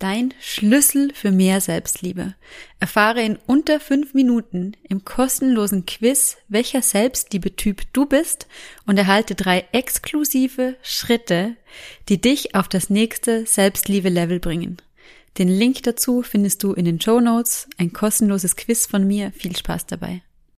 Dein Schlüssel für mehr Selbstliebe. Erfahre in unter 5 Minuten im kostenlosen Quiz, welcher Selbstliebe-Typ du bist und erhalte 3 exklusive Schritte, die dich auf das nächste Selbstliebe-Level bringen. Den Link dazu findest du in den Shownotes. Ein kostenloses Quiz von mir. Viel Spaß dabei.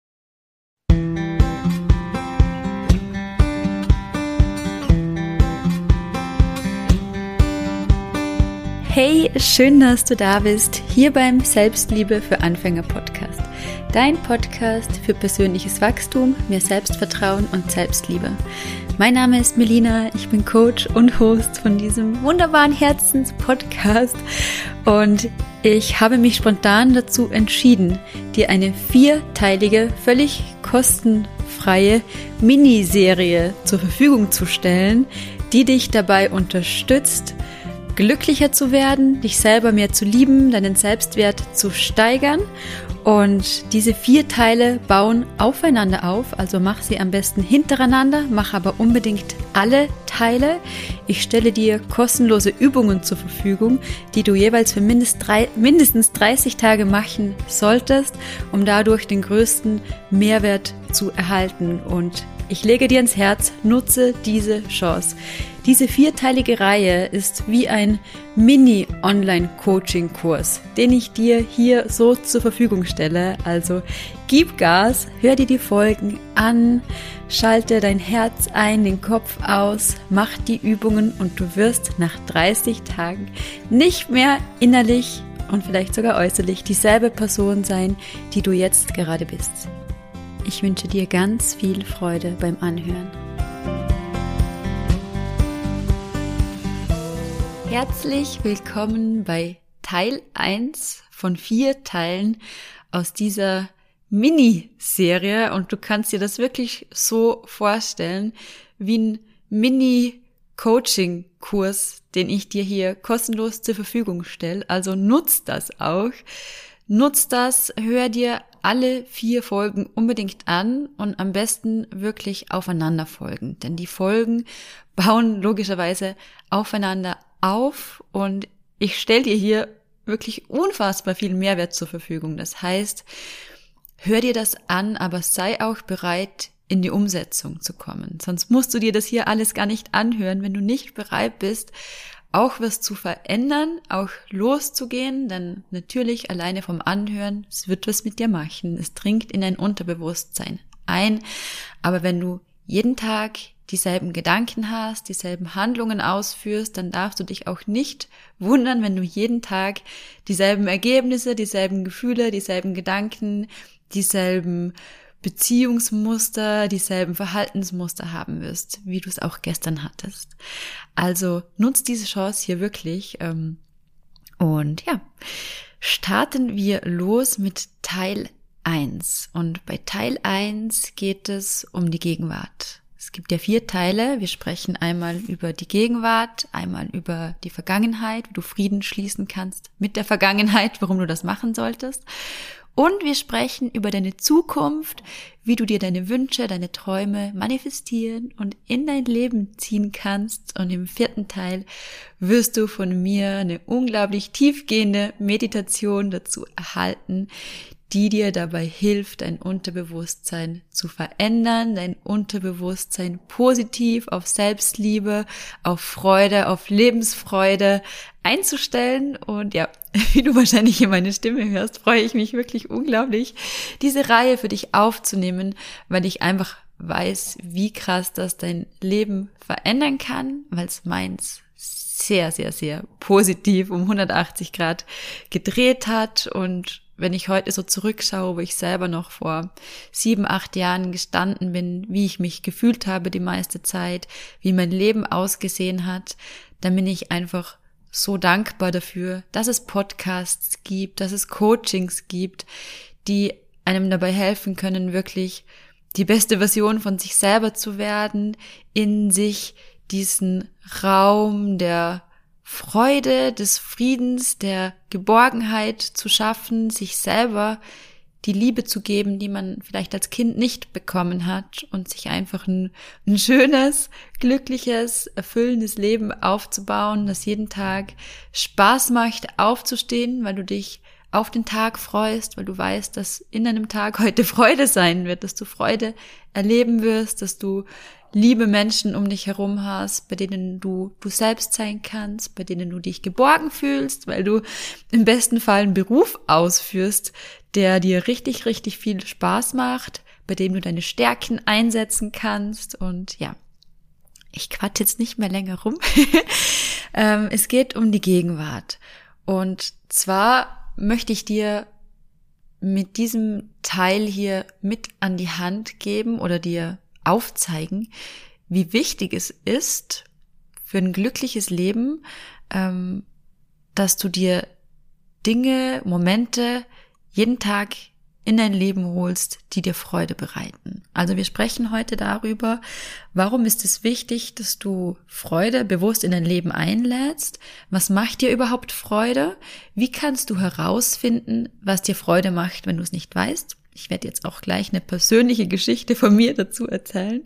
Hey, schön, dass du da bist, hier beim Selbstliebe für Anfänger Podcast. Dein Podcast für persönliches Wachstum, mehr Selbstvertrauen und Selbstliebe. Mein Name ist Melina, ich bin Coach und Host von diesem wunderbaren Herzenspodcast und ich habe mich spontan dazu entschieden, dir eine 4-teilige, völlig kostenfreie Miniserie zur Verfügung zu stellen, die dich dabei unterstützt, glücklicher zu werden, dich selber mehr zu lieben, deinen Selbstwert zu steigern. Und diese 4 Teile bauen aufeinander auf, also mach sie am besten hintereinander, mach aber unbedingt alle Teile. Ich stelle dir kostenlose Übungen zur Verfügung, die du jeweils für mindestens 30 Tage machen solltest, um dadurch den größten Mehrwert zu erhalten. Und ich lege dir ins Herz, nutze diese Chance. Diese 4-teilige Reihe ist wie ein Mini-Online-Coaching-Kurs, den ich dir hier so zur Verfügung stelle. Also gib Gas, hör dir die Folgen an, schalte dein Herz ein, den Kopf aus, mach die Übungen und du wirst nach 30 Tagen nicht mehr innerlich und vielleicht sogar äußerlich dieselbe Person sein, die du jetzt gerade bist. Ich wünsche dir ganz viel Freude beim Anhören. Herzlich willkommen bei Teil 1 von 4 Teilen aus dieser Miniserie und du kannst dir das wirklich so vorstellen wie ein Mini-Coaching-Kurs, den ich dir hier kostenlos zur Verfügung stelle. Also nutz das auch. Nutz das, hör dir alle 4 Folgen unbedingt an und am besten wirklich aufeinander folgen. Denn die Folgen bauen logischerweise aufeinander auf und ich stelle dir hier wirklich unfassbar viel Mehrwert zur Verfügung. Das heißt, hör dir das an, aber sei auch bereit, in die Umsetzung zu kommen. Sonst musst du dir das hier alles gar nicht anhören, wenn du nicht bereit bist, auch was zu verändern, auch loszugehen, denn natürlich alleine vom Anhören, es wird was mit dir machen, es dringt in dein Unterbewusstsein ein, aber wenn du jeden Tag dieselben Gedanken hast, dieselben Handlungen ausführst, dann darfst du dich auch nicht wundern, wenn du jeden Tag dieselben Ergebnisse, dieselben Gefühle, dieselben Gedanken, dieselben Beziehungsmuster, dieselben Verhaltensmuster haben wirst, wie du es auch gestern hattest. Also nutz diese Chance hier wirklich und ja, starten wir los mit Teil 1. Und bei Teil 1 geht es um die Gegenwart. Es gibt ja 4 Teile. Wir sprechen einmal über die Gegenwart, einmal über die Vergangenheit, wie du Frieden schließen kannst mit der Vergangenheit, warum du das machen solltest. Und wir sprechen über deine Zukunft, wie du dir deine Wünsche, deine Träume manifestieren und in dein Leben ziehen kannst. Und im 4. Teil wirst du von mir eine unglaublich tiefgehende Meditation dazu erhalten, die dir dabei hilft, dein Unterbewusstsein zu verändern, dein Unterbewusstsein positiv auf Selbstliebe, auf Freude, auf Lebensfreude einzustellen. Und ja, wie du wahrscheinlich hier meine Stimme hörst, freue ich mich wirklich unglaublich, diese Reihe für dich aufzunehmen, weil ich einfach weiß, wie krass das dein Leben verändern kann, weil es meins sehr, sehr, sehr positiv um 180 Grad gedreht hat. Und wenn ich heute so zurückschaue, wo ich selber noch vor 7, 8 Jahren gestanden bin, wie ich mich gefühlt habe die meiste Zeit, wie mein Leben ausgesehen hat, dann bin ich einfach so dankbar dafür, dass es Podcasts gibt, dass es Coachings gibt, die einem dabei helfen können, wirklich die beste Version von sich selber zu werden, in sich diesen Raum der Freude, des Friedens, der Geborgenheit zu schaffen, sich selber die Liebe zu geben, die man vielleicht als Kind nicht bekommen hat und sich einfach ein schönes, glückliches, erfüllendes Leben aufzubauen, das jeden Tag Spaß macht, aufzustehen, weil du dich auf den Tag freust, weil du weißt, dass in einem Tag heute Freude sein wird, dass du Freude erleben wirst, dass du liebe Menschen um dich herum hast, bei denen du selbst sein kannst, bei denen du dich geborgen fühlst, weil du im besten Fall einen Beruf ausführst, der dir richtig, richtig viel Spaß macht, bei dem du deine Stärken einsetzen kannst. Und ja, ich quatsch jetzt nicht mehr länger rum. Es geht um die Gegenwart. Und zwar möchte ich dir mit diesem Teil hier mit an die Hand geben oder dir aufzeigen, wie wichtig es ist für ein glückliches Leben, dass du dir Dinge, Momente jeden Tag in dein Leben holst, die dir Freude bereiten. Also wir sprechen heute darüber, warum ist es wichtig, dass du Freude bewusst in dein Leben einlädst? Was macht dir überhaupt Freude? Wie kannst du herausfinden, was dir Freude macht, wenn du es nicht weißt? Ich werde jetzt auch gleich eine persönliche Geschichte von mir dazu erzählen.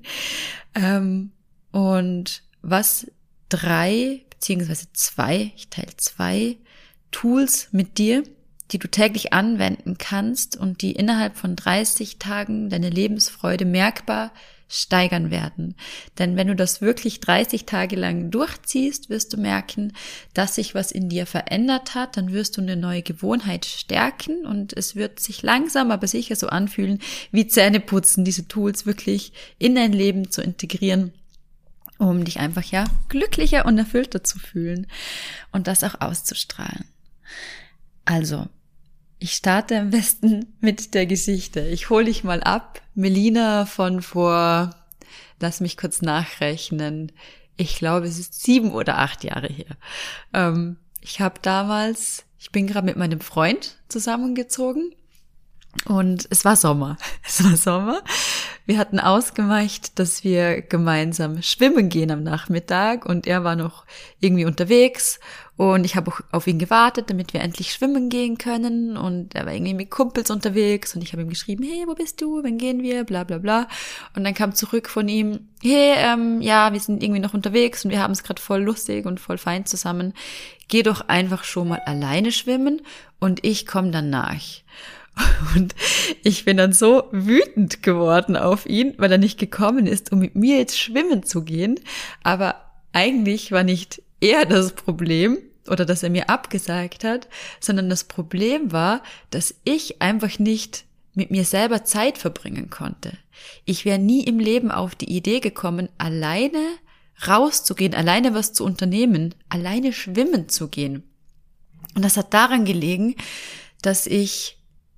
Und was 3 beziehungsweise 2, ich teile 2 Tools mit dir, die du täglich anwenden kannst und die innerhalb von 30 Tagen deine Lebensfreude merkbar steigern werden. Denn wenn du das wirklich 30 Tage lang durchziehst, wirst du merken, dass sich was in dir verändert hat. Dann wirst du eine neue Gewohnheit stärken und es wird sich langsam, aber sicher so anfühlen, wie Zähneputzen, diese Tools wirklich in dein Leben zu integrieren, um dich einfach glücklicher und erfüllter zu fühlen und das auch auszustrahlen. Also, ich starte am besten mit der Geschichte. Ich hole dich mal ab. Melina von vor, lass mich kurz nachrechnen, ich glaube, es ist 7 oder 8 Jahre her. Ich bin gerade mit meinem Freund zusammengezogen und es war Sommer. Wir hatten ausgemacht, dass wir gemeinsam schwimmen gehen am Nachmittag und er war noch irgendwie unterwegs und ich habe auch auf ihn gewartet, damit wir endlich schwimmen gehen können und er war irgendwie mit Kumpels unterwegs und ich habe ihm geschrieben, hey, wo bist du, wann gehen wir, bla bla bla und dann kam zurück von ihm, hey, wir sind irgendwie noch unterwegs und wir haben es gerade voll lustig und voll fein zusammen, geh doch einfach schon mal alleine schwimmen und ich komme dann nach. Und ich bin dann so wütend geworden auf ihn, weil er nicht gekommen ist, um mit mir jetzt schwimmen zu gehen. Aber eigentlich war nicht er das Problem oder dass er mir abgesagt hat, sondern das Problem war, dass ich einfach nicht mit mir selber Zeit verbringen konnte. Ich wäre nie im Leben auf die Idee gekommen, alleine rauszugehen, alleine was zu unternehmen, alleine schwimmen zu gehen. Und das hat daran gelegen, dass ich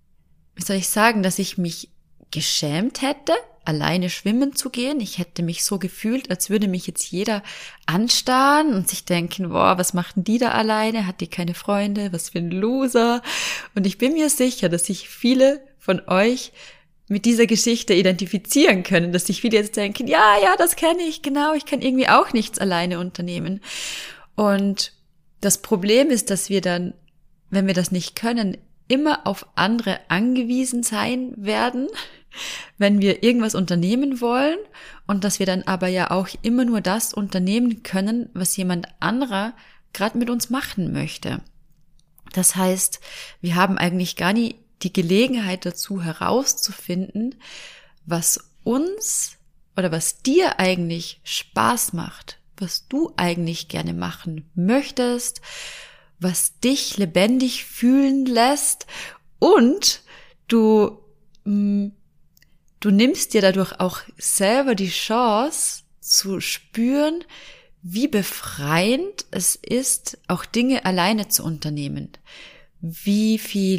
mich geschämt hätte, alleine schwimmen zu gehen. Ich hätte mich so gefühlt, als würde mich jetzt jeder anstarren und sich denken, boah, was macht denn die da alleine? Hat die keine Freunde? Was für ein Loser? Und ich bin mir sicher, dass sich viele von euch mit dieser Geschichte identifizieren können, dass sich viele jetzt denken, ja, das kenne ich, genau, ich kann irgendwie auch nichts alleine unternehmen. Und das Problem ist, dass wir dann, wenn wir das nicht können, immer auf andere angewiesen sein werden, wenn wir irgendwas unternehmen wollen und dass wir dann aber ja auch immer nur das unternehmen können, was jemand anderer gerade mit uns machen möchte. Das heißt, wir haben eigentlich gar nie die Gelegenheit dazu herauszufinden, was uns oder was dir eigentlich Spaß macht, was du eigentlich gerne machen möchtest, was dich lebendig fühlen lässt und du nimmst dir dadurch auch selber die Chance zu spüren, wie befreiend es ist, auch Dinge alleine zu unternehmen. Wie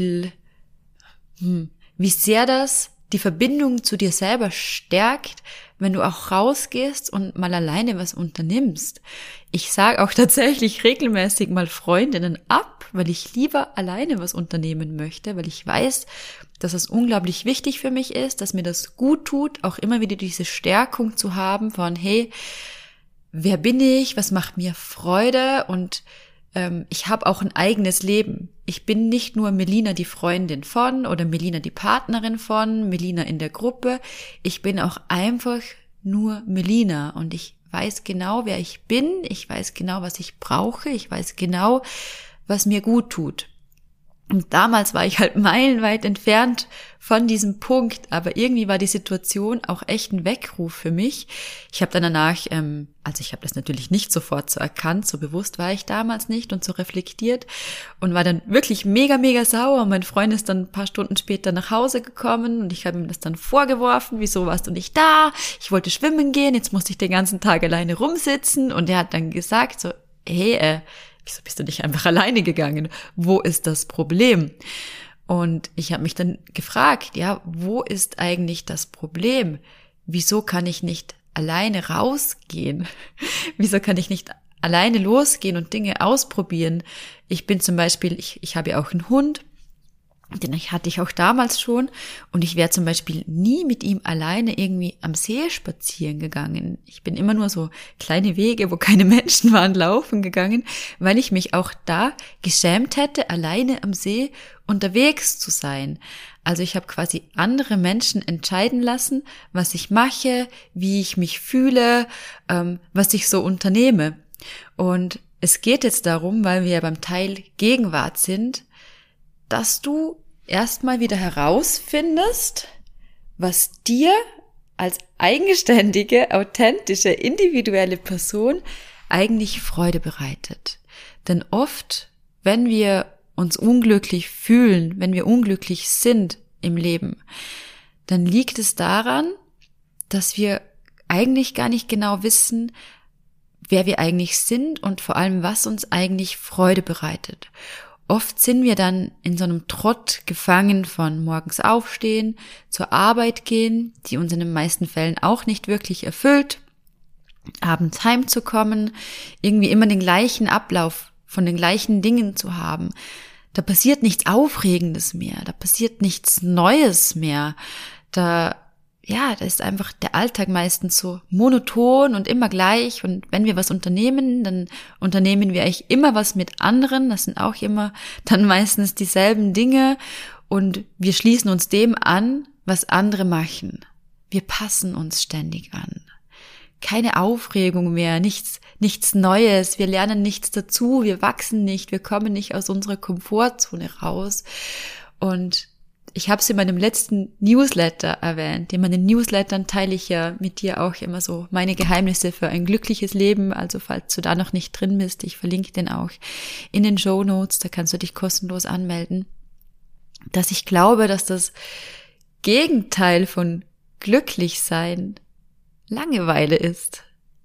sehr das die Verbindung zu dir selber stärkt, wenn du auch rausgehst und mal alleine was unternimmst. Ich sage auch tatsächlich regelmäßig mal Freundinnen ab, weil ich lieber alleine was unternehmen möchte, weil ich weiß, dass es unglaublich wichtig für mich ist, dass mir das gut tut, auch immer wieder diese Stärkung zu haben von, hey, wer bin ich, was macht mir Freude und ich habe auch ein eigenes Leben. Ich bin nicht nur Melina die Freundin von oder Melina die Partnerin von, Melina in der Gruppe. Ich bin auch einfach nur Melina und ich weiß genau, wer ich bin. Ich weiß genau, was ich brauche. Ich weiß genau, was mir gut tut. Und damals war ich halt meilenweit entfernt von diesem Punkt, aber irgendwie war die Situation auch echt ein Weckruf für mich. Ich habe dann danach, also ich habe das natürlich nicht sofort so erkannt, so bewusst war ich damals nicht und so reflektiert und war dann wirklich mega, mega sauer. Und mein Freund ist dann ein paar Stunden später nach Hause gekommen und ich habe ihm das dann vorgeworfen, wieso warst du nicht da? Ich wollte schwimmen gehen, jetzt musste ich den ganzen Tag alleine rumsitzen und er hat dann gesagt so, hey, wieso bist du nicht einfach alleine gegangen? Wo ist das Problem? Und ich habe mich dann gefragt, ja, wo ist eigentlich das Problem? Wieso kann ich nicht alleine rausgehen? Wieso kann ich nicht alleine losgehen und Dinge ausprobieren? Ich bin zum Beispiel, ich habe ja auch einen Hund, den hatte ich auch damals schon und ich wäre zum Beispiel nie mit ihm alleine irgendwie am See spazieren gegangen. Ich bin immer nur so kleine Wege, wo keine Menschen waren, laufen gegangen, weil ich mich auch da geschämt hätte, alleine am See unterwegs zu sein. Also ich habe quasi andere Menschen entscheiden lassen, was ich mache, wie ich mich fühle, was ich so unternehme. Und es geht jetzt darum, weil wir ja beim Teil Gegenwart sind, dass du erstmal wieder herausfindest, was dir als eigenständige, authentische, individuelle Person eigentlich Freude bereitet. Denn oft, wenn wir uns unglücklich fühlen, wenn wir unglücklich sind im Leben, dann liegt es daran, dass wir eigentlich gar nicht genau wissen, wer wir eigentlich sind und vor allem, was uns eigentlich Freude bereitet. Oft sind wir dann in so einem Trott gefangen von morgens aufstehen, zur Arbeit gehen, die uns in den meisten Fällen auch nicht wirklich erfüllt, abends heimzukommen, irgendwie immer den gleichen Ablauf von den gleichen Dingen zu haben. Da passiert nichts Aufregendes mehr, da passiert nichts Neues mehr, da ist einfach der Alltag meistens so monoton und immer gleich. Und wenn wir was unternehmen, dann unternehmen wir eigentlich immer was mit anderen. Das sind auch immer dann meistens dieselben Dinge. Und wir schließen uns dem an, was andere machen. Wir passen uns ständig an. Keine Aufregung mehr, nichts Neues. Wir lernen nichts dazu. Wir wachsen nicht. Wir kommen nicht aus unserer Komfortzone raus. Und ich habe es in meinem letzten Newsletter erwähnt. In meinen Newslettern teile ich ja mit dir auch immer so meine Geheimnisse für ein glückliches Leben. Also falls du da noch nicht drin bist, ich verlinke den auch in den Shownotes. Da kannst du dich kostenlos anmelden. Dass ich glaube, dass das Gegenteil von glücklich sein Langeweile ist.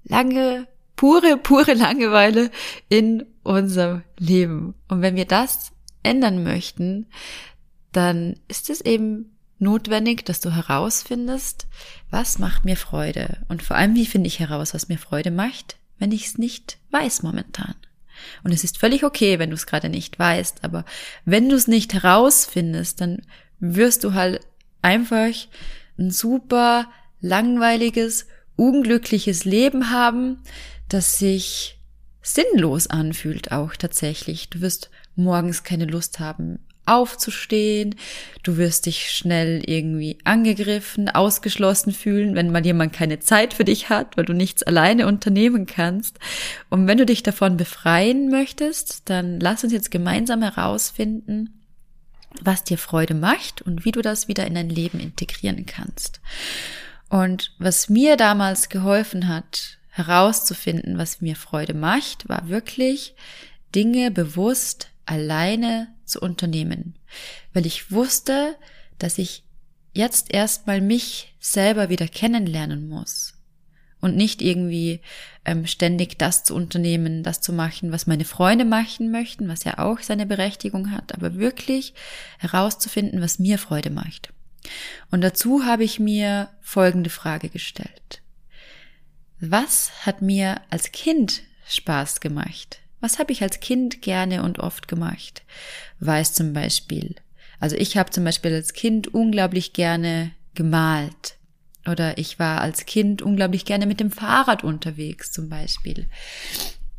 Pure Langeweile in unserem Leben. Und wenn wir das ändern möchten, dann ist es eben notwendig, dass du herausfindest, was macht mir Freude. Und vor allem, wie finde ich heraus, was mir Freude macht, wenn ich es nicht weiß momentan. Und es ist völlig okay, wenn du es gerade nicht weißt, aber wenn du es nicht herausfindest, dann wirst du halt einfach ein super langweiliges, unglückliches Leben haben, das sich sinnlos anfühlt auch tatsächlich. Du wirst morgens keine Lust haben, aufzustehen, du wirst dich schnell irgendwie angegriffen, ausgeschlossen fühlen, wenn mal jemand keine Zeit für dich hat, weil du nichts alleine unternehmen kannst. Und wenn du dich davon befreien möchtest, dann lass uns jetzt gemeinsam herausfinden, was dir Freude macht und wie du das wieder in dein Leben integrieren kannst. Und was mir damals geholfen hat, herauszufinden, was mir Freude macht, war wirklich Dinge bewusst alleine zu unternehmen, weil ich wusste, dass ich jetzt erstmal mich selber wieder kennenlernen muss und nicht irgendwie ständig das zu unternehmen, das zu machen, was meine Freunde machen möchten, was ja auch seine Berechtigung hat, aber wirklich herauszufinden, was mir Freude macht. Und dazu habe ich mir folgende Frage gestellt. Was hat mir als Kind Spaß gemacht? Was habe ich als Kind gerne und oft gemacht? War es zum Beispiel, also ich habe zum Beispiel als Kind unglaublich gerne gemalt. Oder ich war als Kind unglaublich gerne mit dem Fahrrad unterwegs zum Beispiel.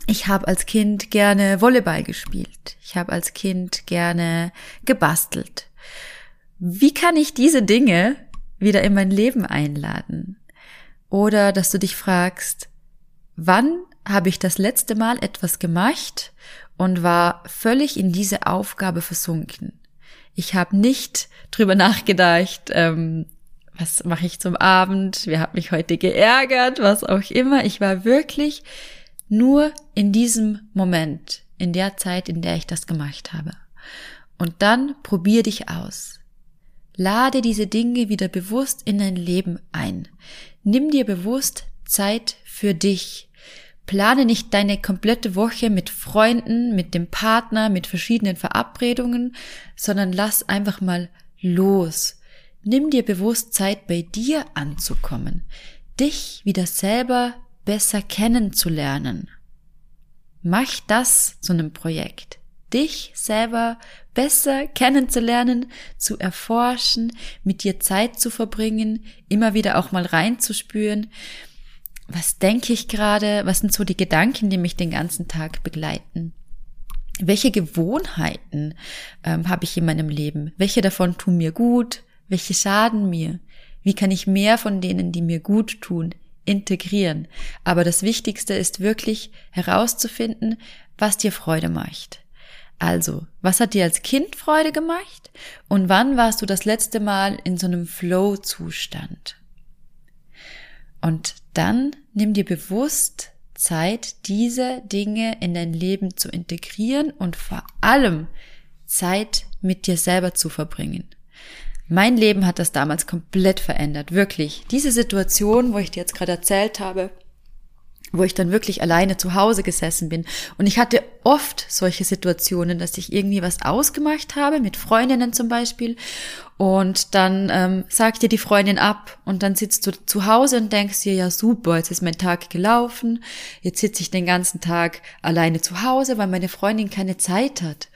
Ich habe als Kind gerne Volleyball gespielt. Ich habe als Kind gerne gebastelt. Wie kann ich diese Dinge wieder in mein Leben einladen? Oder dass du dich fragst, wann habe ich das letzte Mal etwas gemacht und war völlig in diese Aufgabe versunken? Ich habe nicht drüber nachgedacht, was mache ich zum Abend? Wer hat mich heute geärgert? Was auch immer. Ich war wirklich nur in diesem Moment, in der Zeit, in der ich das gemacht habe. Und dann probier dich aus. Lade diese Dinge wieder bewusst in dein Leben ein. Nimm dir bewusst Zeit für dich. Plane nicht deine komplette Woche mit Freunden, mit dem Partner, mit verschiedenen Verabredungen, sondern lass einfach mal los. Nimm dir bewusst Zeit, bei dir anzukommen, dich wieder selber besser kennenzulernen. Mach das zu einem Projekt, dich selber besser kennenzulernen, zu erforschen, mit dir Zeit zu verbringen, immer wieder auch mal reinzuspüren. Was denke ich gerade? Was sind so die Gedanken, die mich den ganzen Tag begleiten? Welche Gewohnheiten habe ich in meinem Leben? Welche davon tun mir gut? Welche schaden mir? Wie kann ich mehr von denen, die mir gut tun, integrieren? Aber das Wichtigste ist wirklich herauszufinden, was dir Freude macht. Also, was hat dir als Kind Freude gemacht? Und wann warst du das letzte Mal in so einem Flow-Zustand? Und dann nimm dir bewusst Zeit, diese Dinge in dein Leben zu integrieren und vor allem Zeit mit dir selber zu verbringen. Mein Leben hat das damals komplett verändert, wirklich. Diese Situation, wo ich dir jetzt gerade erzählt habe, wo ich dann wirklich alleine zu Hause gesessen bin. Und ich hatte oft solche Situationen, dass ich irgendwie was ausgemacht habe, mit Freundinnen zum Beispiel. Und dann sagt dir die Freundin ab und dann sitzt du zu Hause und denkst dir, ja super, jetzt ist mein Tag gelaufen. Jetzt sitze ich den ganzen Tag alleine zu Hause, weil meine Freundin keine Zeit hat.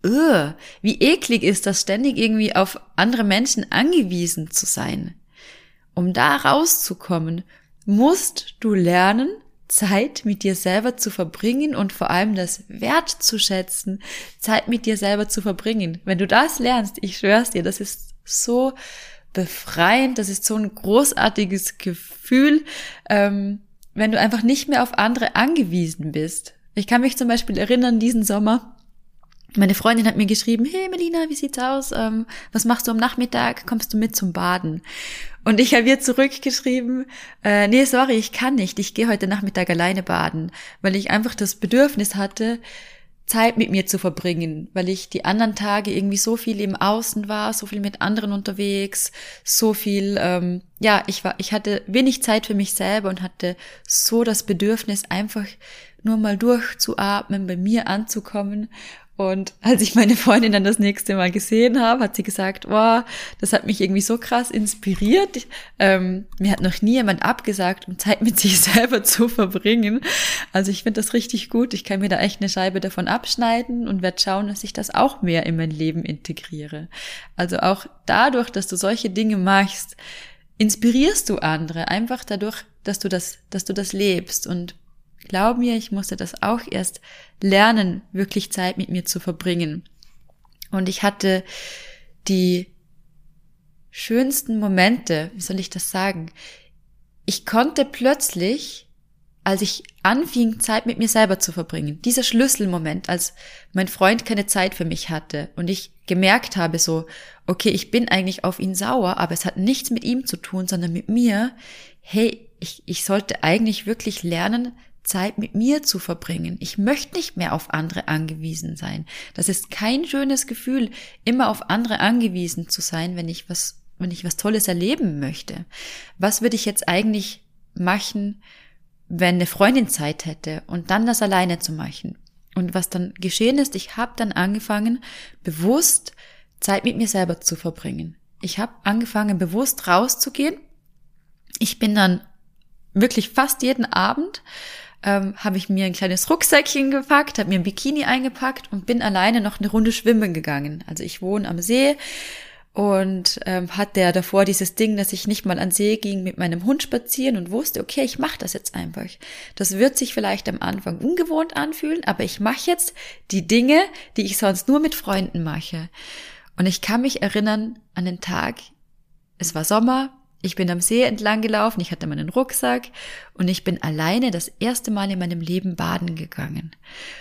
Wie eklig ist das, ständig irgendwie auf andere Menschen angewiesen zu sein. Um da rauszukommen, musst du lernen, Zeit mit dir selber zu verbringen und vor allem das wertzuschätzen, Zeit mit dir selber zu verbringen. Wenn du das lernst, ich schwör's dir, das ist so befreiend, das ist so ein großartiges Gefühl, wenn du einfach nicht mehr auf andere angewiesen bist. Ich kann mich zum Beispiel erinnern, diesen Sommer, meine Freundin hat mir geschrieben, hey Melina, wie sieht's aus? Was machst du am Nachmittag? Kommst du mit zum Baden? Und ich habe ihr zurückgeschrieben, nee, sorry, ich kann nicht. Ich gehe heute Nachmittag alleine baden, weil ich einfach das Bedürfnis hatte, Zeit mit mir zu verbringen, weil ich die anderen Tage irgendwie so viel im Außen war, so viel mit anderen unterwegs, so viel, ich hatte wenig Zeit für mich selber und hatte so das Bedürfnis, einfach nur mal durchzuatmen, bei mir anzukommen. Und als ich meine Freundin dann das nächste Mal gesehen habe, hat sie gesagt, wow, das hat mich irgendwie so krass inspiriert. Mir hat noch nie jemand abgesagt, um Zeit mit sich selber zu verbringen. Also ich finde das richtig gut. Ich kann mir da echt eine Scheibe davon abschneiden und werde schauen, dass ich das auch mehr in mein Leben integriere. Also auch dadurch, dass du solche Dinge machst, inspirierst du andere. Einfach dadurch, dass du das lebst. Und glaub mir, ich musste das auch erst lernen, wirklich Zeit mit mir zu verbringen. Und ich hatte die schönsten Momente, wie soll ich das sagen? Ich konnte plötzlich, als ich anfing, Zeit mit mir selber zu verbringen, dieser Schlüsselmoment, als mein Freund keine Zeit für mich hatte und ich gemerkt habe so, okay, ich bin eigentlich auf ihn sauer, aber es hat nichts mit ihm zu tun, sondern mit mir. Hey, ich sollte eigentlich wirklich lernen, Zeit mit mir zu verbringen. Ich möchte nicht mehr auf andere angewiesen sein. Das ist kein schönes Gefühl, immer auf andere angewiesen zu sein, wenn ich was Tolles erleben möchte. Was würde ich jetzt eigentlich machen, wenn eine Freundin Zeit hätte und dann das alleine zu machen? Und was dann geschehen ist, ich habe dann angefangen, bewusst Zeit mit mir selber zu verbringen. Ich habe angefangen, bewusst rauszugehen. Ich bin dann wirklich fast jeden Abend habe ich mir ein kleines Rucksäckchen gepackt, habe mir ein Bikini eingepackt und bin alleine noch eine Runde schwimmen gegangen. Also ich wohne am See und hatte ja davor dieses Ding, dass ich nicht mal an See ging mit meinem Hund spazieren und wusste, okay, ich mache das jetzt einfach. Das wird sich vielleicht am Anfang ungewohnt anfühlen, aber ich mache jetzt die Dinge, die ich sonst nur mit Freunden mache. Und ich kann mich erinnern an den Tag, es war Sommer, ich bin am See entlang gelaufen, ich hatte meinen Rucksack und ich bin alleine das erste Mal in meinem Leben baden gegangen.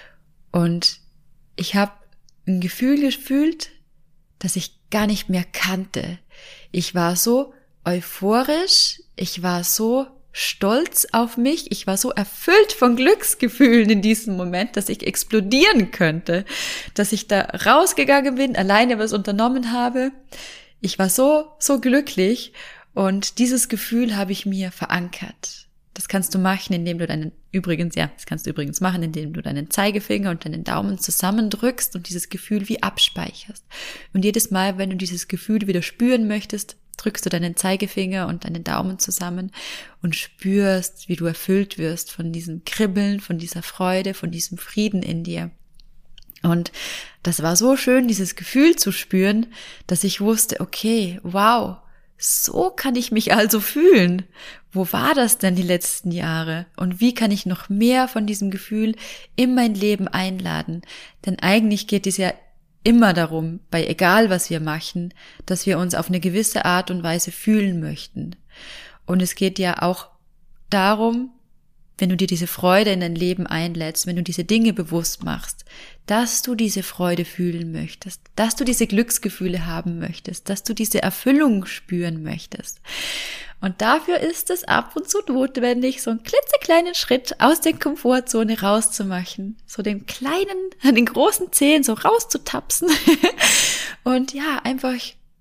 Und ich habe ein Gefühl gefühlt, das ich gar nicht mehr kannte. Ich war so euphorisch, ich war so stolz auf mich, ich war so erfüllt von Glücksgefühlen in diesem Moment, dass ich explodieren könnte, dass ich da rausgegangen bin, alleine was unternommen habe. Ich war so glücklich und dieses Gefühl habe ich mir verankert. Das kannst du machen, indem du das kannst du übrigens machen, indem du deinen Zeigefinger und deinen Daumen zusammendrückst und dieses Gefühl wie abspeicherst. Und jedes Mal, wenn du dieses Gefühl wieder spüren möchtest, drückst du deinen Zeigefinger und deinen Daumen zusammen und spürst, wie du erfüllt wirst von diesem Kribbeln, von dieser Freude, von diesem Frieden in dir. Und das war so schön, dieses Gefühl zu spüren, dass ich wusste, okay, wow, so kann ich mich also fühlen. Wo war das denn die letzten Jahre? Und wie kann ich noch mehr von diesem Gefühl in mein Leben einladen? Denn eigentlich geht es ja immer darum, bei egal was wir machen, dass wir uns auf eine gewisse Art und Weise fühlen möchten. Und es geht ja auch darum, wenn du dir diese Freude in dein Leben einlädst, wenn du diese Dinge bewusst machst, dass du diese Freude fühlen möchtest, dass du diese Glücksgefühle haben möchtest, dass du diese Erfüllung spüren möchtest. Und dafür ist es ab und zu notwendig, so einen klitzekleinen Schritt aus der Komfortzone rauszumachen, so den großen Zehen so rauszutapsen und ja, einfach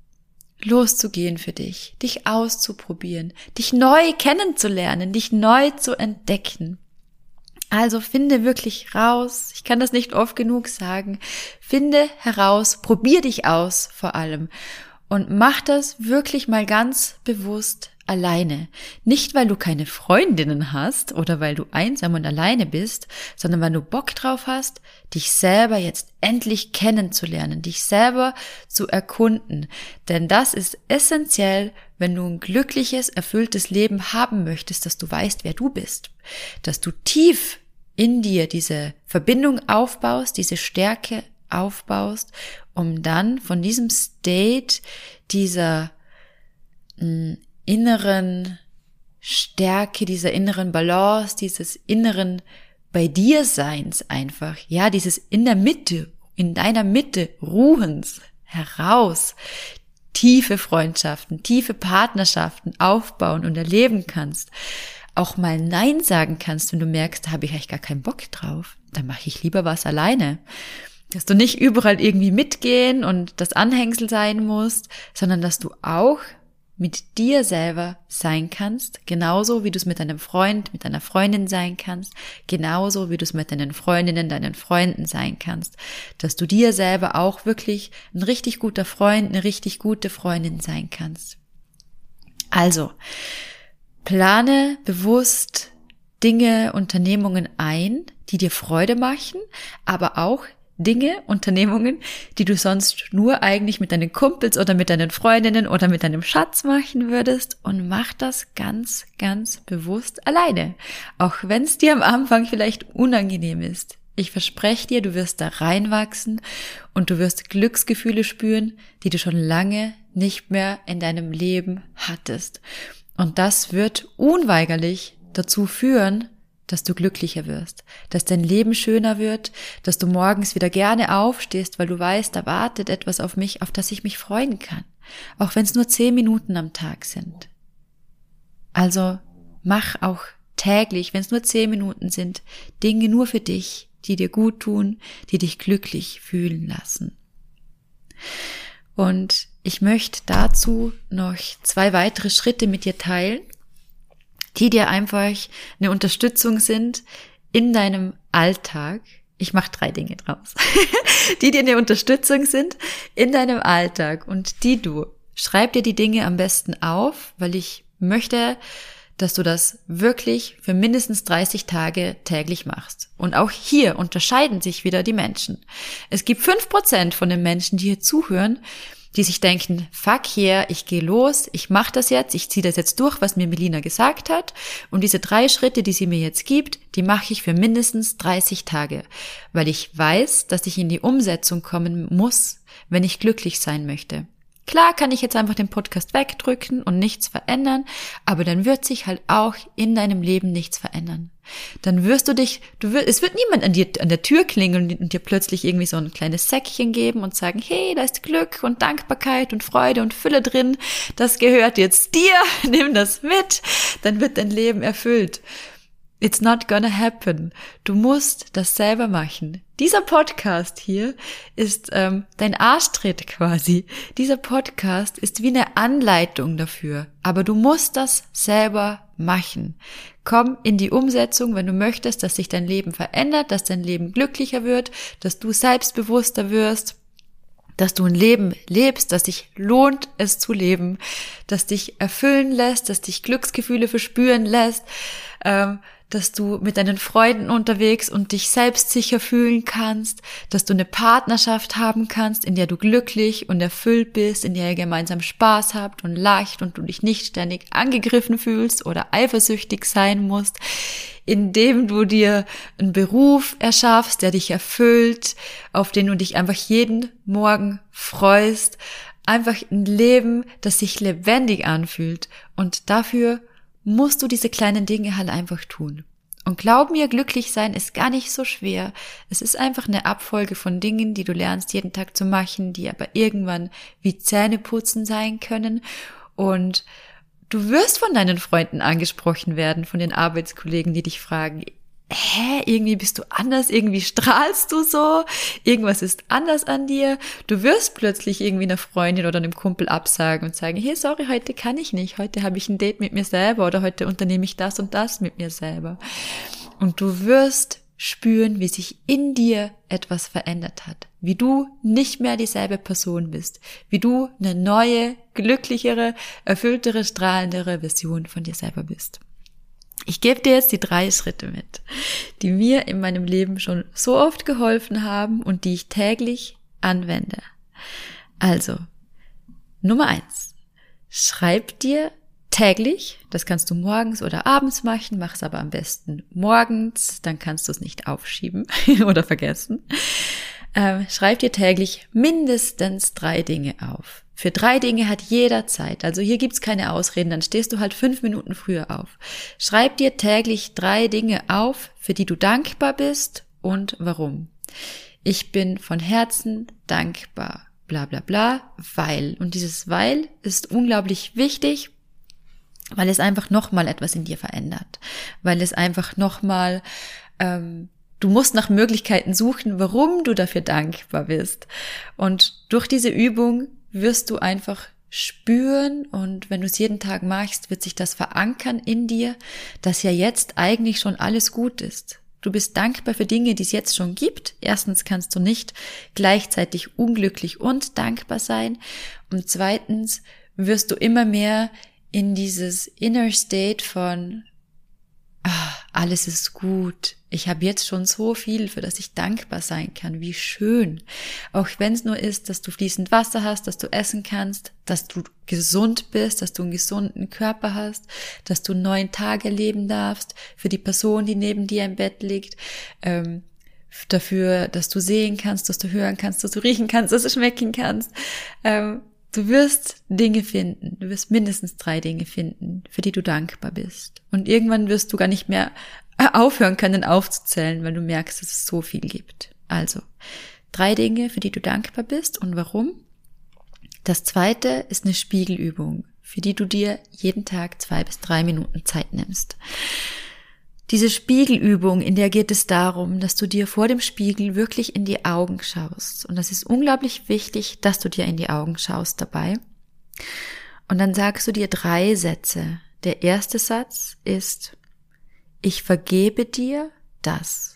loszugehen für dich auszuprobieren, dich neu kennenzulernen, dich neu zu entdecken. Also finde wirklich raus, ich kann das nicht oft genug sagen, finde heraus, probier dich aus vor allem und mach das wirklich mal ganz bewusst alleine. Nicht, weil du keine Freundinnen hast oder weil du einsam und alleine bist, sondern weil du Bock drauf hast, dich selber jetzt endlich kennenzulernen, dich selber zu erkunden. Denn das ist essentiell, wenn du ein glückliches, erfülltes Leben haben möchtest, dass du weißt, wer du bist. Dass du tief in dir diese Verbindung aufbaust, diese Stärke aufbaust, um dann von diesem State, dieser inneren Stärke, dieser inneren Balance, dieses inneren bei dir Seins einfach, ja, dieses in deiner Mitte Ruhens heraus tiefe Freundschaften, tiefe Partnerschaften aufbauen und erleben kannst, auch mal Nein sagen kannst, wenn du merkst, da habe ich eigentlich gar keinen Bock drauf, dann mache ich lieber was alleine. Dass du nicht überall irgendwie mitgehen und das Anhängsel sein musst, sondern dass du auch mit dir selber sein kannst, genauso wie du es mit deinem Freund, mit deiner Freundin sein kannst, genauso wie du es mit deinen Freundinnen, deinen Freunden sein kannst, dass du dir selber auch wirklich ein richtig guter Freund, eine richtig gute Freundin sein kannst. Also, plane bewusst Dinge, Unternehmungen ein, die dir Freude machen, aber auch Dinge, Unternehmungen, die du sonst nur eigentlich mit deinen Kumpels oder mit deinen Freundinnen oder mit deinem Schatz machen würdest, und mach das ganz, ganz bewusst alleine. Auch wenn es dir am Anfang vielleicht unangenehm ist. Ich verspreche dir, du wirst da reinwachsen und du wirst Glücksgefühle spüren, die du schon lange nicht mehr in deinem Leben hattest. Und das wird unweigerlich dazu führen, dass du glücklicher wirst, dass dein Leben schöner wird, dass du morgens wieder gerne aufstehst, weil du weißt, da wartet etwas auf mich, auf das ich mich freuen kann, auch wenn es nur 10 Minuten am Tag sind. Also mach auch täglich, wenn es nur 10 Minuten sind, Dinge nur für dich, die dir gut tun, die dich glücklich fühlen lassen. Und ich möchte dazu noch 2 weitere Schritte mit dir teilen, die dir einfach eine Unterstützung sind in deinem Alltag. Ich mache 3 Dinge draus, die dir eine Unterstützung sind in deinem Alltag und schreib dir die Dinge am besten auf, weil ich möchte, dass du das wirklich für mindestens 30 Tage täglich machst. Und auch hier unterscheiden sich wieder die Menschen. Es gibt 5% von den Menschen, die hier zuhören, die sich denken, fuck yeah, ich gehe los, ich mache das jetzt, ich ziehe das jetzt durch, was mir Melina gesagt hat und diese 3 Schritte, die sie mir jetzt gibt, die mache ich für mindestens 30 Tage, weil ich weiß, dass ich in die Umsetzung kommen muss, wenn ich glücklich sein möchte. Klar kann ich jetzt einfach den Podcast wegdrücken und nichts verändern, aber dann wird sich halt auch in deinem Leben nichts verändern. Dann wirst es wird niemand an der Tür klingeln und dir plötzlich irgendwie so ein kleines Säckchen geben und sagen, hey, da ist Glück und Dankbarkeit und Freude und Fülle drin, das gehört jetzt dir, nimm das mit, dann wird dein Leben erfüllt. It's not gonna happen. Du musst das selber machen. Dieser Podcast hier ist dein Arschtritt quasi. Dieser Podcast ist wie eine Anleitung dafür. Aber du musst das selber machen. Komm in die Umsetzung, wenn du möchtest, dass sich dein Leben verändert, dass dein Leben glücklicher wird, dass du selbstbewusster wirst, dass du ein Leben lebst, das sich lohnt, es zu leben, das dich erfüllen lässt, das dich Glücksgefühle verspüren lässt, dass du mit deinen Freunden unterwegs und dich selbstsicher fühlen kannst, dass du eine Partnerschaft haben kannst, in der du glücklich und erfüllt bist, in der ihr gemeinsam Spaß habt und lacht und du dich nicht ständig angegriffen fühlst oder eifersüchtig sein musst, indem du dir einen Beruf erschaffst, der dich erfüllt, auf den du dich einfach jeden Morgen freust, einfach ein Leben, das sich lebendig anfühlt und dafür musst du diese kleinen Dinge halt einfach tun. Und glaub mir, glücklich sein ist gar nicht so schwer. Es ist einfach eine Abfolge von Dingen, die du lernst, jeden Tag zu machen, die aber irgendwann wie Zähneputzen sein können. Und du wirst von deinen Freunden angesprochen werden, von den Arbeitskollegen, die dich fragen, irgendwie bist du anders, irgendwie strahlst du so, irgendwas ist anders an dir. Du wirst plötzlich irgendwie einer Freundin oder einem Kumpel absagen und sagen, hey, sorry, heute kann ich nicht, heute habe ich ein Date mit mir selber oder heute unternehme ich das und das mit mir selber. Und du wirst spüren, wie sich in dir etwas verändert hat, wie du nicht mehr dieselbe Person bist, wie du eine neue, glücklichere, erfülltere, strahlendere Version von dir selber bist. Ich gebe dir jetzt die 3 Schritte mit, die mir in meinem Leben schon so oft geholfen haben und die ich täglich anwende. Also, Nummer 1. Schreib dir täglich, das kannst du morgens oder abends machen, mach es aber am besten morgens, dann kannst du es nicht aufschieben oder vergessen. Schreib dir täglich mindestens 3 Dinge auf. Für 3 Dinge hat jeder Zeit. Also hier gibt's keine Ausreden, dann stehst du halt 5 Minuten früher auf. Schreib dir täglich 3 Dinge auf, für die du dankbar bist und warum. Ich bin von Herzen dankbar, bla bla bla, weil. Und dieses weil ist unglaublich wichtig, weil es einfach nochmal etwas in dir verändert. Weil es einfach nochmal, du musst nach Möglichkeiten suchen, warum du dafür dankbar bist. Und durch diese Übung wirst du einfach spüren und wenn du es jeden Tag machst, wird sich das verankern in dir, dass ja jetzt eigentlich schon alles gut ist. Du bist dankbar für Dinge, die es jetzt schon gibt. Erstens kannst du nicht gleichzeitig unglücklich und dankbar sein. Und zweitens wirst du immer mehr in dieses Inner State von alles ist gut. Ich habe jetzt schon so viel, für das ich dankbar sein kann. Wie schön. Auch wenn es nur ist, dass du fließend Wasser hast, dass du essen kannst, dass du gesund bist, dass du einen gesunden Körper hast, dass du 9 Tage leben darfst, für die Person, die neben dir im Bett liegt, dafür, dass du sehen kannst, dass du hören kannst, dass du riechen kannst, dass du schmecken kannst. Du wirst Dinge finden, du wirst mindestens 3 Dinge finden, für die du dankbar bist. Und irgendwann wirst du gar nicht mehr aufhören können aufzuzählen, weil du merkst, dass es so viel gibt. Also, 3 Dinge, für die du dankbar bist und warum. Das zweite ist eine Spiegelübung, für die du dir jeden Tag 2 bis 3 Minuten Zeit nimmst. Diese Spiegelübung, in der geht es darum, dass du dir vor dem Spiegel wirklich in die Augen schaust. Und das ist unglaublich wichtig, dass du dir in die Augen schaust dabei. Und dann sagst du dir 3 Sätze. Der erste Satz ist, ich vergebe dir das.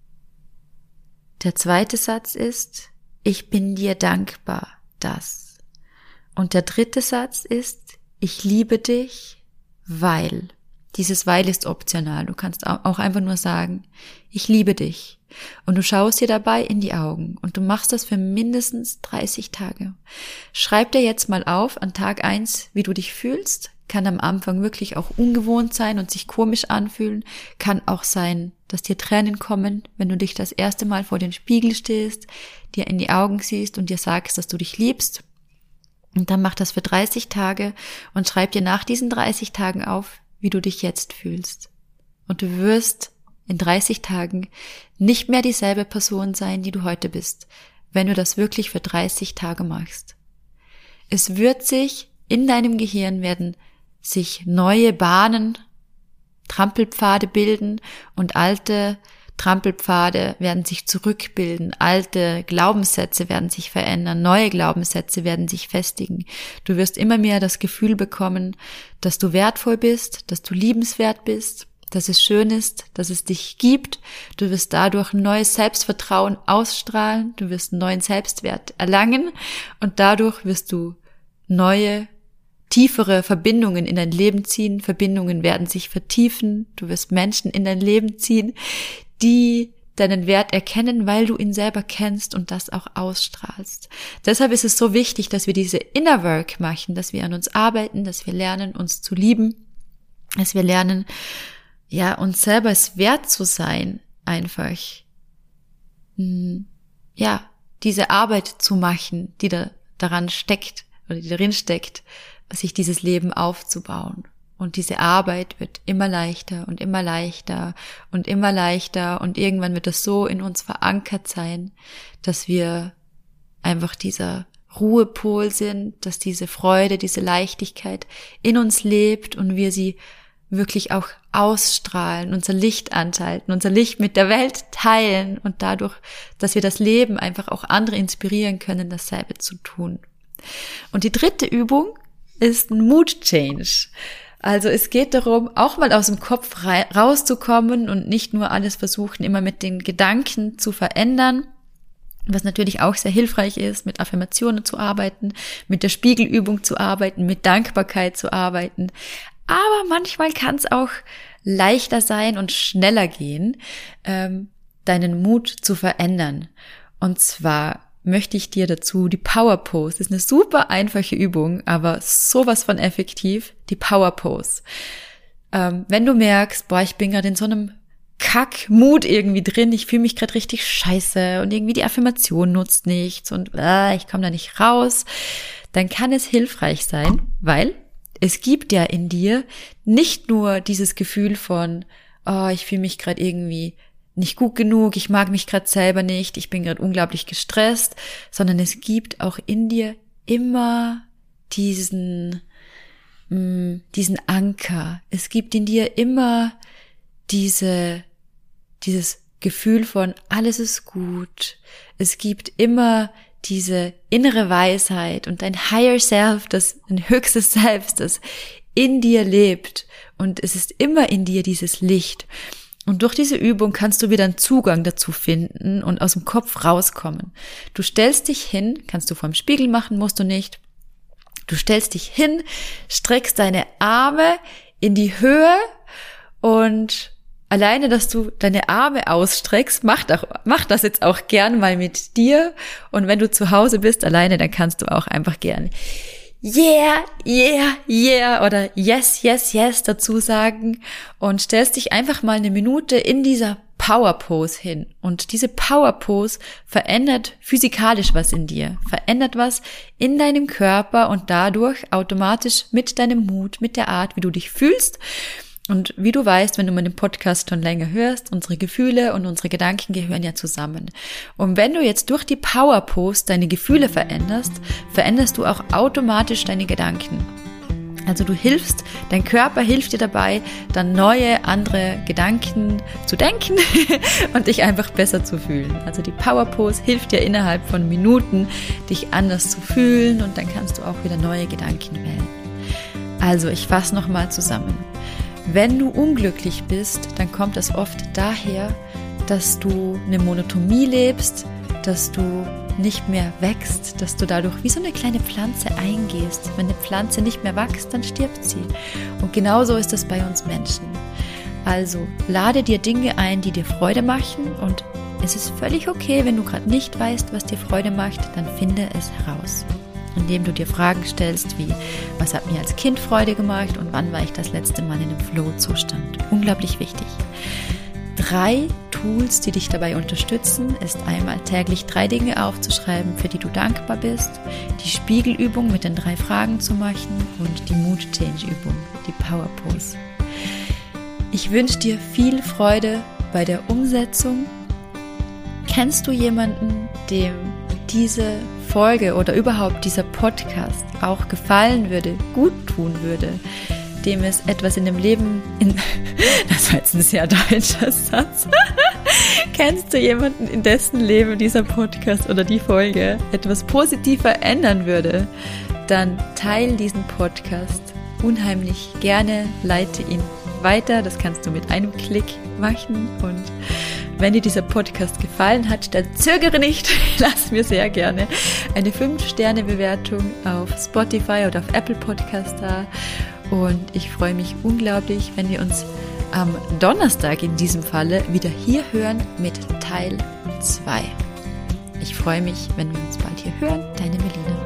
Der zweite Satz ist, ich bin dir dankbar, das. Und der dritte Satz ist, ich liebe dich, weil. Dieses Weil ist optional. Du kannst auch einfach nur sagen, ich liebe dich. Und du schaust dir dabei in die Augen und du machst das für mindestens 30 Tage. Schreib dir jetzt mal auf an Tag 1, wie du dich fühlst. Kann am Anfang wirklich auch ungewohnt sein und sich komisch anfühlen. Kann auch sein, dass dir Tränen kommen, wenn du dich das erste Mal vor den Spiegel stehst, dir in die Augen siehst und dir sagst, dass du dich liebst. Und dann mach das für 30 Tage und schreib dir nach diesen 30 Tagen auf, wie du dich jetzt fühlst. Und du wirst in 30 Tagen nicht mehr dieselbe Person sein, die du heute bist, wenn du das wirklich für 30 Tage machst. Es wird sich in deinem Gehirn werden sich neue Bahnen, Trampelpfade bilden und alte Trampelpfade werden sich zurückbilden, alte Glaubenssätze werden sich verändern, neue Glaubenssätze werden sich festigen. Du wirst immer mehr das Gefühl bekommen, dass du wertvoll bist, dass du liebenswert bist, dass es schön ist, dass es dich gibt. Du wirst dadurch ein neues Selbstvertrauen ausstrahlen, du wirst einen neuen Selbstwert erlangen und dadurch wirst du neue, tiefere Verbindungen in dein Leben ziehen. Verbindungen werden sich vertiefen. Du wirst Menschen in dein Leben ziehen, die deinen Wert erkennen, weil du ihn selber kennst und das auch ausstrahlst. Deshalb ist es so wichtig, dass wir diese Inner Work machen, dass wir an uns arbeiten, dass wir lernen, uns zu lieben, dass wir lernen, ja, uns selber es wert zu sein, einfach, ja, diese Arbeit zu machen, die daran steckt oder die darin steckt, sich dieses Leben aufzubauen. Und diese Arbeit wird immer leichter und immer leichter und immer leichter und irgendwann wird das so in uns verankert sein, dass wir einfach dieser Ruhepol sind, dass diese Freude, diese Leichtigkeit in uns lebt und wir sie wirklich auch ausstrahlen, unser Licht anschalten, unser Licht mit der Welt teilen und dadurch, dass wir das Leben einfach auch andere inspirieren können, dasselbe zu tun. Und die dritte Übung ist ein Mood Change. Also es geht darum, auch mal aus dem Kopf rauszukommen und nicht nur alles versuchen, immer mit den Gedanken zu verändern, was natürlich auch sehr hilfreich ist, mit Affirmationen zu arbeiten, mit der Spiegelübung zu arbeiten, mit Dankbarkeit zu arbeiten. Aber manchmal kann es auch leichter sein und schneller gehen, deinen Mut zu verändern. Und zwar möchte ich dir dazu die Power Pose, das ist eine super einfache Übung, aber sowas von effektiv, die Power Pose. Wenn du merkst, ich bin gerade in so einem Kack-Mut irgendwie drin, ich fühle mich gerade richtig scheiße und irgendwie die Affirmation nutzt nichts und ich komme da nicht raus, dann kann es hilfreich sein, weil es gibt ja in dir nicht nur dieses Gefühl von, ich fühle mich gerade irgendwie nicht gut genug, ich mag mich gerade selber nicht, ich bin gerade unglaublich gestresst, sondern es gibt auch in dir immer diesen Anker. Es gibt in dir immer dieses Gefühl von alles ist gut. Es gibt immer diese innere Weisheit und dein Higher Self, ein höchstes Selbst, das in dir lebt und es ist immer in dir dieses Licht. Und durch diese Übung kannst du wieder einen Zugang dazu finden und aus dem Kopf rauskommen. Du stellst dich hin, kannst du vorm Spiegel machen, musst du nicht. Du stellst dich hin, streckst deine Arme in die Höhe und alleine, dass du deine Arme ausstreckst, mach das jetzt auch gern mal mit dir. Und wenn du zu Hause bist alleine, dann kannst du auch einfach gern yeah, yeah, yeah oder yes, yes, yes dazu sagen und stellst dich einfach mal eine Minute in dieser Power Pose hin. Und diese Power Pose verändert physikalisch was in dir, verändert was in deinem Körper und dadurch automatisch mit deinem Mut, mit der Art, wie du dich fühlst. Und wie du weißt, wenn du meinen Podcast schon länger hörst, unsere Gefühle und unsere Gedanken gehören ja zusammen. Und wenn du jetzt durch die Power Pose deine Gefühle veränderst, veränderst du auch automatisch deine Gedanken. Also dein Körper hilft dir dabei, dann neue, andere Gedanken zu denken und dich einfach besser zu fühlen. Also die Power Pose hilft dir innerhalb von Minuten, dich anders zu fühlen und dann kannst du auch wieder neue Gedanken wählen. Also ich fasse nochmal zusammen. Wenn du unglücklich bist, dann kommt das oft daher, dass du eine Monotonie lebst, dass du nicht mehr wächst, dass du dadurch wie so eine kleine Pflanze eingehst. Wenn eine Pflanze nicht mehr wächst, dann stirbt sie. Und genauso ist es bei uns Menschen. Also lade dir Dinge ein, die dir Freude machen, und es ist völlig okay, wenn du gerade nicht weißt, was dir Freude macht, dann finde es heraus. Indem du dir Fragen stellst wie, was hat mir als Kind Freude gemacht und wann war ich das letzte Mal in einem Flow-Zustand? Unglaublich wichtig. 3 Tools, die dich dabei unterstützen, ist einmal täglich 3 Dinge aufzuschreiben, für die du dankbar bist, die Spiegelübung mit den 3 Fragen zu machen und die Mood-Change-Übung, die Power Pose. Ich wünsche dir viel Freude bei der Umsetzung. Kennst du jemanden, dem diese Folge oder überhaupt dieser Podcast auch gefallen würde, gut tun würde, dem es etwas in dem Leben, das war jetzt ein sehr deutscher Satz, kennst du jemanden, in dessen Leben dieser Podcast oder die Folge etwas positiv verändern würde, dann teile diesen Podcast unheimlich gerne, leite ihn weiter, das kannst du mit einem Klick machen, und wenn dir dieser Podcast gefallen hat, dann zögere nicht, lass mir sehr gerne eine 5-Sterne-Bewertung auf Spotify oder auf Apple Podcast da, und ich freue mich unglaublich, wenn wir uns am Donnerstag in diesem Falle wieder hier hören mit Teil 2. Ich freue mich, wenn wir uns bald hier hören. Deine Melina.